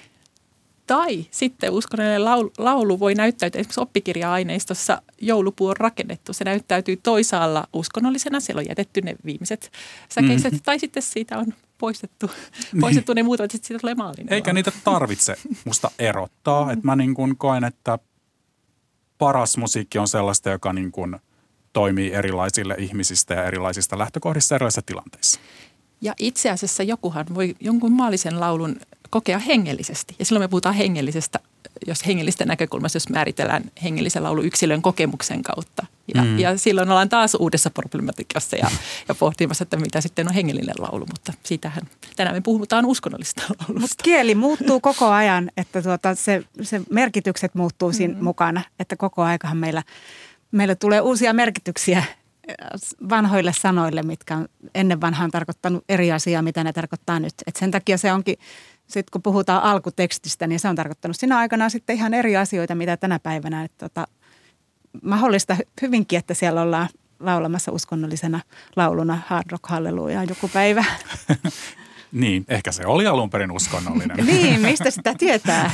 Tai sitten uskonnollinen laulu voi näyttäytyä esimerkiksi oppikirja-aineistossa joulupuu on rakennettu. Se näyttäytyy toisaalla uskonnollisena, siellä on jätetty ne viimeiset säkeiset tai sitten siitä on poistettu ne muutamat, sitten siitä tulee maallinen. Eikä niitä tarvitse musta erottaa. Että mä niin kuin koen, että paras musiikki on sellaista, joka niin kuin toimii erilaisille ihmisistä ja erilaisista lähtökohdista erilaisissa tilanteissa. Ja itse asiassa jokuhan voi jonkun maallisen laulun kokea hengellisesti. Ja silloin me puhutaan hengellisestä, jos hengellistä näkökulmasta, jos määritellään hengellisen laulu yksilön kokemuksen kautta. Ja silloin ollaan taas uudessa problematiikassa ja pohtimassa, että mitä sitten on hengellinen laulu. Mutta siitähän tänään me puhutaan uskonnollista laulusta. Mutta kieli muuttuu koko ajan, että se merkitykset muuttuu siinä mukana. Että koko aikahan meillä tulee uusia merkityksiä vanhoille sanoille, mitkä on ennen vanhaan tarkoittanut eri asiaa, mitä ne tarkoittaa nyt. Et sen takia se onkin, sit kun puhutaan alkutekstistä, niin se on tarkoittanut siinä aikana sitten ihan eri asioita, mitä tänä päivänä. Mahdollista hyvinkin, että siellä ollaan laulamassa uskonnollisena lauluna Hard Rock Hallelujah joku päivä. Niin, ehkä se oli alun perin uskonnollinen. Niin, mistä sitä tietää?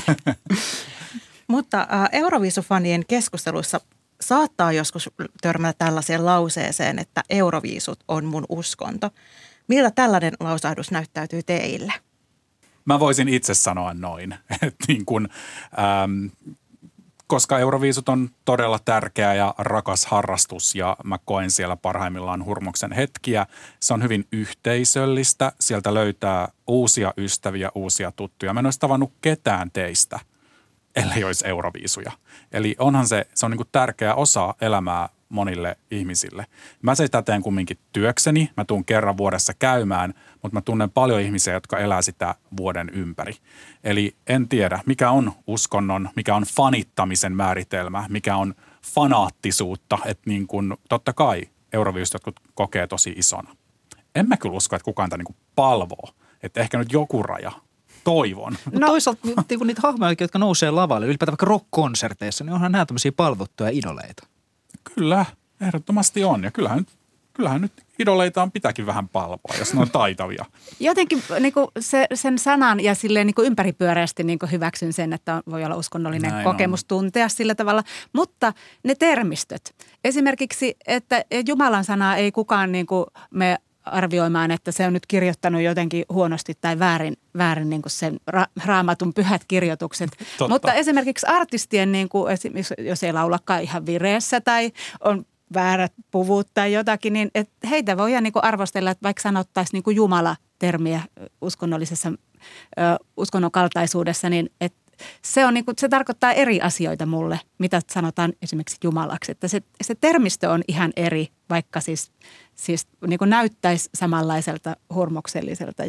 Mutta Euroviisufanien keskusteluissa saattaa joskus törmätä tällaiseen lauseeseen, että Euroviisut on mun uskonto. Miltä tällainen lausahdus näyttäytyy teille? Mä voisin itse sanoa noin, niin kun, koska Euroviisut on todella tärkeä ja rakas harrastus ja mä koen siellä parhaimmillaan hurmoksen hetkiä. Se on hyvin yhteisöllistä, sieltä löytää uusia ystäviä, uusia tuttuja. Mä en olisi tavannut ketään teistä, ellei olisi Euroviisuja. Eli onhan se on niin kuin tärkeä osa elämää monille ihmisille. Mä sitä teen kumminkin työkseni. Mä tuun kerran vuodessa käymään, mutta mä tunnen paljon ihmisiä, jotka elää sitä vuoden ympäri. Eli en tiedä, mikä on uskonnon, mikä on fanittamisen määritelmä, mikä on fanaattisuutta. Että niin kuin, totta kai Euroviisut jotkut kokee tosi isona. En mä kyllä usko, että kukaan tämän niin kuin palvoo. Että ehkä nyt joku raja. Toivon. No toisaalta niitä hahmoja, jotka nousee lavalle, ylipäätään vaikka rock-konserteissa, niin onhan nämä tämmöisiä palvottuja idoleita. Kyllä, ehdottomasti on. Ja kyllähän nyt idoleitaan pitääkin vähän palvoa, jos ne on taitavia. Jotenkin niin sen sanan ja silleen niin ympäripyöreästi niin hyväksyn sen, että voi olla uskonnollinen Näin kokemus tuntea sillä tavalla. Mutta ne termistöt, esimerkiksi, että Jumalan sanaa ei kukaan niin me arvioimaan, että se on nyt kirjoittanut jotenkin huonosti tai väärin niin kuin sen raamatun pyhät kirjoitukset. Totta. Mutta esimerkiksi artistien, niin kuin, jos ei laulakaan ihan vireessä tai on väärät puvut tai jotakin, niin että heitä voidaan niin kuin arvostella, että vaikka sanottaisiin niin kuin Jumala-termiä uskonnollisessa uskonnon kaltaisuudessa, niin että se on niin kuin, se tarkoittaa eri asioita mulle, mitä sanotaan esimerkiksi Jumalaksi. Että se termistö on ihan eri, vaikka siis niin kuin näyttäisi samanlaiselta hurmokselliselta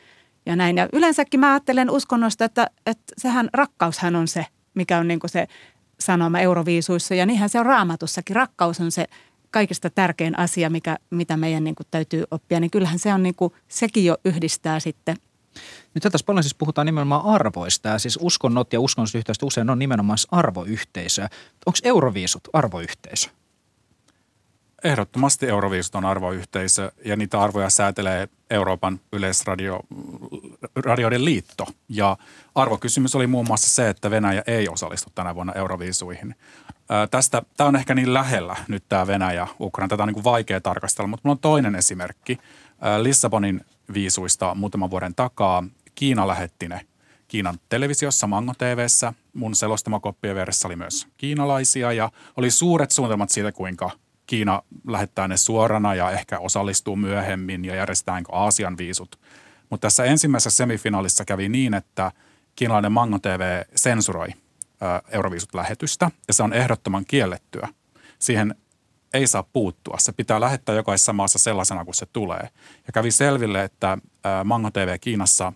ja näin. Ja yleensäkin mä ajattelen uskonnosta, että sehän rakkaushan on se, mikä on niin kuin se sanoma Euroviisuissa. Ja niinhän se on Raamatussakin. Rakkaus on se kaikista tärkein asia, mitä meidän niin kuin täytyy oppia. Niin kyllähän se on niin kuin, sekin jo yhdistää sitten. Nyt tässä paljon siis puhutaan nimenomaan arvoista ja siis uskonnot ja uskonnosyhteisöt usein on nimenomaan arvoyhteisöä. Onko Euroviisut arvoyhteisö? Ehdottomasti Euroviisut on arvoyhteisö ja niitä arvoja säätelee Euroopan yleisradioiden liitto. Ja arvokysymys oli muun muassa se, että Venäjä ei osallistu tänä vuonna Euroviisuihin. Tämä on ehkä niin lähellä nyt tämä Venäjä, Ukraina. Tätä on niin kuin vaikea tarkastella, mutta mulla on toinen esimerkki. Lissabonin viisuista muutaman vuoden takaa Kiina lähetti ne Kiinan televisiossa, Mango TV:ssä. Mun selostamakoppien vieressä oli myös kiinalaisia ja oli suuret suunnitelmat siitä, kuinka Kiina lähettää ne suorana ja ehkä osallistuu myöhemmin ja järjestetäänkö Aasian viisut. Mutta tässä ensimmäisessä semifinaalissa kävi niin, että kiinalainen Mango TV sensuroi Euroviisut-lähetystä ja se on ehdottoman kiellettyä. Siihen ei saa puuttua. Se pitää lähettää jokaisessa maassa sellaisena kuin se tulee. Ja kävi selville, että Mango TV Kiinassa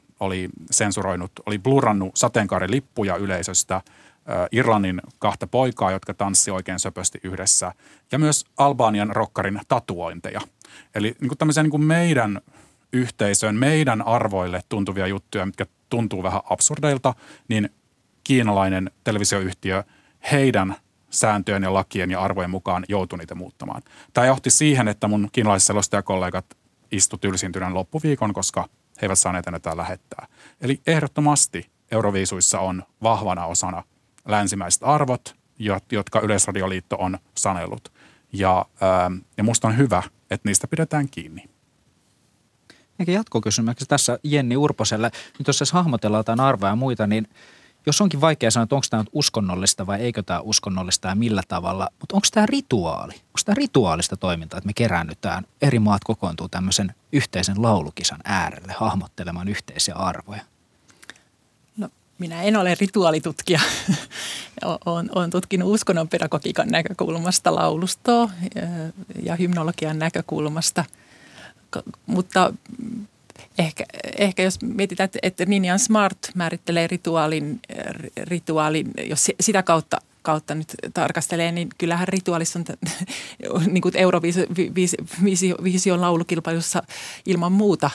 oli blurrannut sateenkaarilippuja yleisöstä, Irlannin 2 poikaa, jotka tanssi oikein söpösti yhdessä, ja myös Albanian rokkarin tatuointeja. Eli niin kuin tämmöisiä niin kuin meidän yhteisöön, meidän arvoille tuntuvia juttuja, mitkä tuntuu vähän absurdeilta, niin kiinalainen televisioyhtiö heidän sääntöjen ja lakien ja arvojen mukaan joutui niitä muuttamaan. Tämä johti siihen, että mun kiinalaiset selostajakollegat istu tylsintyneen loppuviikon, koska he eivät saaneet enää lähettää. Eli ehdottomasti Euroviisuissa on vahvana osana länsimäiset arvot, jotka Yleisradioliitto on sanellut. Ja musta on hyvä, että niistä pidetään kiinni. Eikä jatkokysymyksessä tässä Jenni Urposelle. Nyt jos hahmotellaan jotain arvoja ja muita, niin jos onkin vaikea sanoa, että onko tämä uskonnollista vai eikö tämä uskonnollista ja millä tavalla, mutta onko tämä rituaali? Onko tämä rituaalista toimintaa, että me keräännytään, eri maat kokoontuu tämmöisen yhteisen laulukisan äärelle hahmottelemaan yhteisiä arvoja? No, minä en ole rituaalitutkija. Olen tutkinut uskonnon pedagogiikan näkökulmasta laulustoa ja hymnologian näkökulmasta, mutta Ehkä jos mietitään, että Ninian Smart määrittelee rituaalin, jos sitä kautta nyt tarkastelee, niin kyllähän rituaalissa on niin kuin Eurovision laulukilpailussa ilman muuta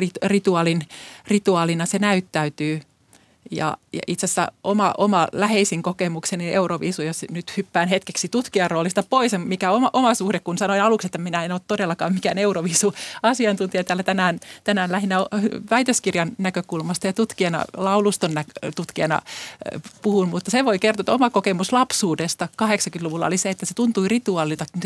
rituaalina se näyttäytyy. Ja itse asiassa oma läheisin kokemukseni Euroviisu, jos nyt hyppään hetkeksi tutkijan roolista pois, mikä oma suhde, kun sanoin aluksi, että minä en ole todellakaan mikään Euroviisu-asiantuntija täällä tänään lähinnä väitöskirjan näkökulmasta ja lauluston tutkijana puhun, mutta se voi kertoa, että oma kokemus lapsuudesta 80-luvulla oli se, että se tuntui rituaalilta se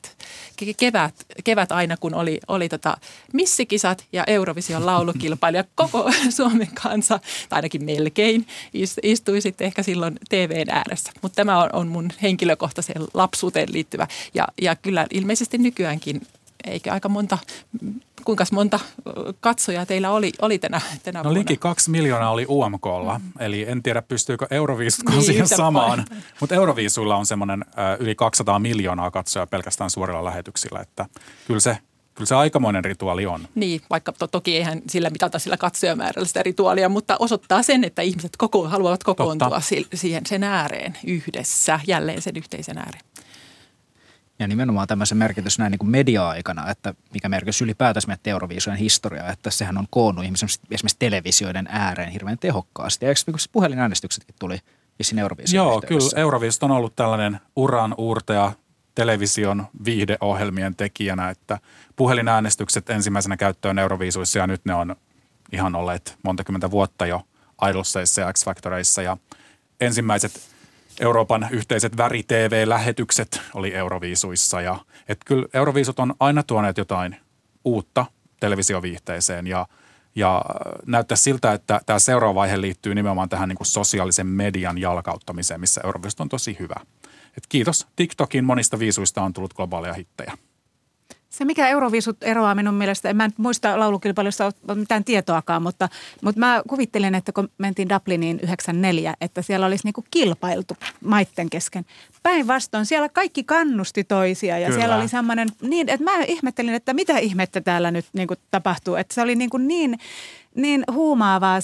kevät aina, kun oli missikisat ja Eurovision laulukilpailu ja koko Suomen kansa, tai ainakin melkein, istui sitten ehkä silloin TVn ääressä. Mutta tämä on mun henkilökohtaiseen lapsuuteen liittyvä. Ja kyllä ilmeisesti nykyäänkin, eikä aika monta, kuinka monta katsojaa teillä oli tänä vuonna? No liki 2 miljoonaa oli UMK:lla, eli en tiedä pystyykö Euroviisut siihen samaan. Mutta Euroviisuilla on semmoinen yli 200 miljoonaa katsojaa pelkästään suorilla lähetyksillä, että kyllä se aikamoinen rituaali on. Niin, vaikka toki eihän sillä mitata sillä katsojamäärällä sitä rituaalia, mutta osoittaa sen, että ihmiset haluavat kokoontua sen ääreen yhdessä, jälleen sen yhteisen ääreen. Ja nimenomaan tämmöisen merkitys näin niin kuin media-aikana, että mikä merkitys ylipäätänsä miettii Euroviisujen historiaa, että sehän on koonnut esimerkiksi televisioiden ääreen hirveän tehokkaasti. Ja eikö puhelinäänestyksetkin tuli vissiin Euroviisujen yhteydessä? Joo, kyllä Euroviisut on ollut tällainen uran uurtaja television viihdeohjelmien tekijänä, että puhelinäänestykset ensimmäisenä käyttöön Euroviisuissa ja nyt ne on ihan olleet montakymmentä vuotta jo Idolseissa ja X-Factoreissa ja ensimmäiset Euroopan yhteiset väri-TV-lähetykset oli Euroviisuissa ja että kyllä Euroviisut on aina tuoneet jotain uutta televisioviihteeseen ja näyttää siltä, että tämä seuraava vaihe liittyy nimenomaan tähän niin kuin sosiaalisen median jalkauttamiseen, missä Euroviisut on tosi hyvä. Et kiitos TikTokin monista viisuista on tullut globaaleja hittejä. Se, mikä Euroviisut eroaa minun mielestä, en mä nyt muista laulukilpailusta mitään tietoakaan, mutta mä kuvittelin, että kun mentiin Dubliniin 94, että siellä olisi niinku kilpailtu maitten kesken. Päinvastoin, siellä kaikki kannusti toisia ja Kyllä. Siellä oli semmoinen, niin että mä ihmettelin, että mitä ihmettä täällä nyt niinku tapahtuu. Että se oli niin huumaavaa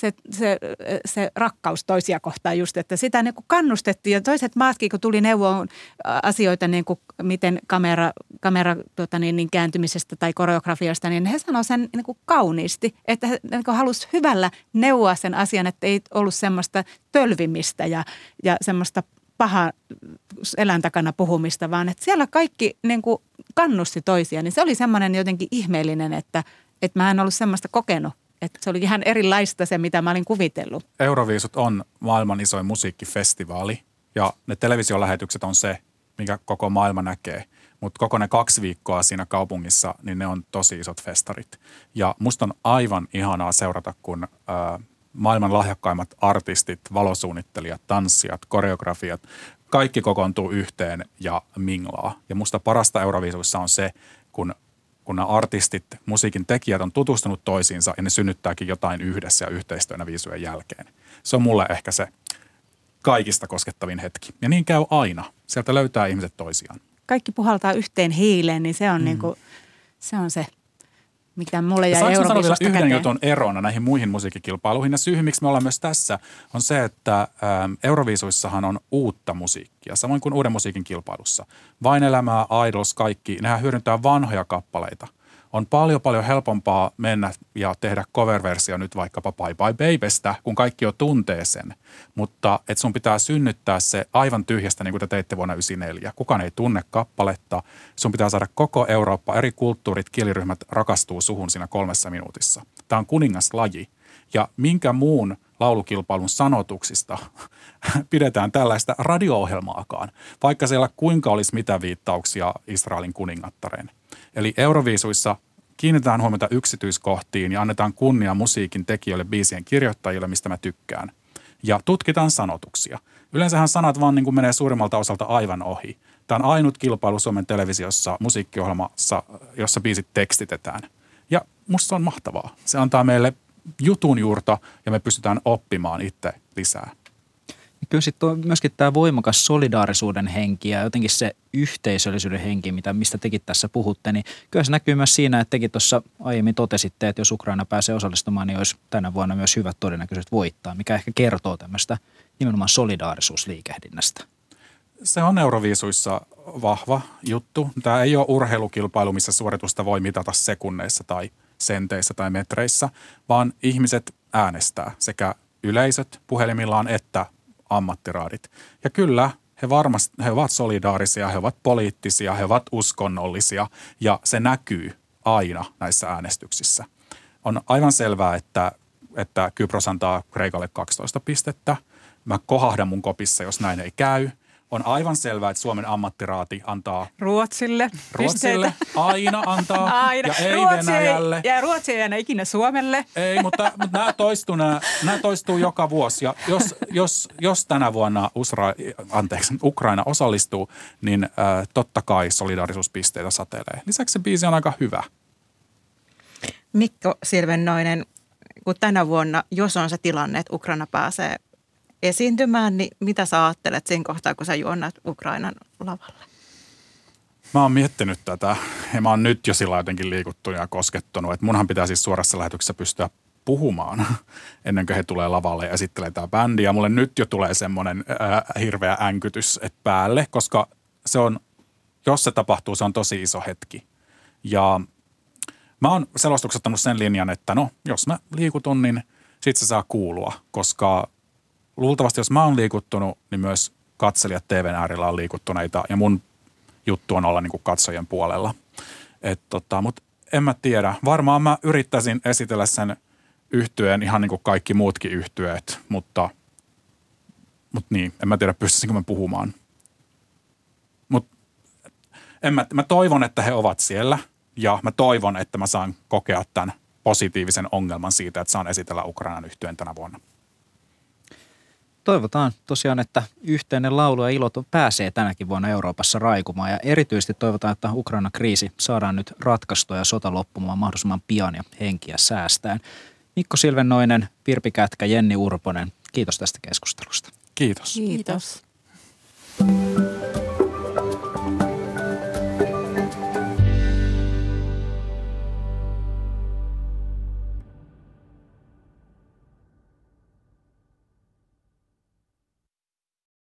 se rakkaus toisia kohtaan just, että sitä niin kuin kannustettiin ja toiset maatkin, kun tuli neuvoon asioita niin kuin miten kamera kääntymisestä tai koreografiasta, niin he sanoivat sen niin kuin kauniisti, että he niin kuin halusi hyvällä neuvoa sen asian, että ei ollut semmoista tölvimistä ja semmoista paha elän takana puhumista, vaan että siellä kaikki niin kuin kannusti toisia, niin se oli semmoinen jotenkin ihmeellinen, että mä en ollut semmoista kokenut. Että se oli ihan erilaista se, mitä mä olin kuvitellut. Euroviisut on maailman isoin musiikkifestivaali Ja ne televisiolähetykset on se, mikä koko maailma näkee. Mutta koko ne 2 viikkoa siinä kaupungissa, niin ne on tosi isot festarit. Ja musta on aivan ihanaa seurata, kun maailman lahjakkaimmat artistit, valosuunnittelijat, tanssijat, koreografiat, kaikki kokoontuu yhteen ja minglaa. Ja musta parasta Euroviisuissa on se, kun nämä artistit, musiikin tekijät on tutustunut toisiinsa ja ne synnyttääkin jotain yhdessä ja yhteistyönä viisujen jälkeen. Se on mulle ehkä se kaikista koskettavin hetki. Ja niin käy aina. Sieltä löytää ihmiset toisiaan. Kaikki puhaltaa yhteen hiileen, niin se on, se on se, mitä mulle jäi Euroviisusta käteen. Saanko sanoa vielä yhden jutun käteen. erona näihin muihin musiikkikilpailuihin? Ja syy, miksi me ollaan myös tässä, on se, että Euroviisuissahan on uutta musiikkia, samoin kuin uuden musiikin kilpailussa. Vain elämää, Idols, kaikki, nehän hyödyntää vanhoja kappaleita. On paljon helpompaa mennä ja tehdä cover-versio nyt vaikkapa Bye Bye Babystä, kun kaikki jo tuntee sen. Mutta et sun pitää synnyttää se aivan tyhjästä, niin kuin te teitte vuonna 1994. Kukaan ei tunne kappaletta. Sun pitää saada koko Eurooppa, eri kulttuurit, kieliryhmät rakastuu suhun siinä 3 minuutissa. Tämä on kuningaslaji. Ja minkä muun laulukilpailun sanotuksista pidetään tällaista radio-ohjelmaakaan, vaikka siellä kuinka olisi mitä viittauksia Israelin kuningattareen. Eli Euroviisuissa kiinnitetään huomiota yksityiskohtiin ja annetaan kunnia musiikin tekijöille, biisien kirjoittajille, mistä mä tykkään. Ja tutkitaan sanotuksia. Yleensähän sanat vaan niin kuin menee suurimmalta osalta aivan ohi. Tämä on ainut kilpailu Suomen televisiossa, musiikkiohjelmassa, jossa biisit tekstitetään. Ja musta se on mahtavaa. Se antaa meille jutun juurta ja me pystytään oppimaan itse lisää. Kyllä sitten on myöskin tämä voimakas solidaarisuuden henki ja jotenkin se yhteisöllisyyden henki, mistä tekin tässä puhutte, niin kyllä se näkyy myös siinä, että tekin tuossa aiemmin totesitte, että jos Ukraina pääsee osallistumaan, niin olisi tänä vuonna myös hyvät todennäköisesti voittaa, mikä ehkä kertoo tämmöistä nimenomaan solidaarisuusliikehdinnästä. Se on Euroviisuissa vahva juttu. Tämä ei ole urheilukilpailu, missä suoritusta voi mitata sekunneissa tai senteissä tai metreissä, vaan ihmiset äänestää sekä yleisöt puhelimillaan että ammattiraadit. Ja kyllä, he ovat solidaarisia, he ovat poliittisia, he ovat uskonnollisia ja se näkyy aina näissä äänestyksissä. On aivan selvää, että Kypros antaa Kreikalle 12 pistettä. Mä kohahdan mun kopissa, jos näin ei käy. On aivan selvää, että Suomen ammattiraati antaa Ruotsille aina antaa aina. Ja ei Ruotsi Venäjälle. Ja Ruotsi ei enää ikinä Suomelle. Ei, mutta nämä toistuu joka vuosi. Ja jos tänä vuonna Ukraina osallistuu, niin totta kai solidaarisuuspisteitä satelee. Lisäksi se biisi on aika hyvä. Mikko Silvennoinen, kun tänä vuonna, jos on se tilanne, että Ukraina pääsee esiintymään, niin mitä sä ajattelet siinä kohtaa, kun sä juonnat Ukrainan lavalle? Mä oon miettinyt tätä ja mä oon nyt jo sillä jotenkin liikuttunut ja koskettunut, että munhan pitää siis suorassa lähetyksessä pystyä puhumaan ennen kuin he tulee lavalle ja esittelee tää bändi. Ja mulle nyt jo tulee semmoinen hirveä änkytys päälle, koska se on, jos se tapahtuu, se on tosi iso hetki. Ja mä oon selostuksessa ottanut sen linjan, että no, jos mä liikutun, niin sit se saa kuulua, koska luultavasti, jos mä oon liikuttunut, niin myös katselijat TVn äärellä on liikuttuneita ja mun juttu on olla niin kuin katsojien puolella. Mutta en mä tiedä. Varmaan mä yrittäisin esitellä sen yhtyeen ihan niin kuin kaikki muutkin yhtyeet, mutta niin, en mä tiedä pystyisinkö mä puhumaan. Mutta mä toivon, että he ovat siellä ja mä toivon, että mä saan kokea tämän positiivisen ongelman siitä, että saan esitellä Ukrainan yhtyeen tänä vuonna. Toivotaan tosiaan, että yhteinen laulu ja ilot pääsee tänäkin vuonna Euroopassa raikumaan ja erityisesti toivotaan, että Ukrainan kriisi saadaan nyt ratkaistua ja sota loppumaan mahdollisimman pian ja henkiä säästäen. Mikko Silvennoinen, Virpi Kätkä, Jenni Urponen, kiitos tästä keskustelusta. Kiitos. Kiitos.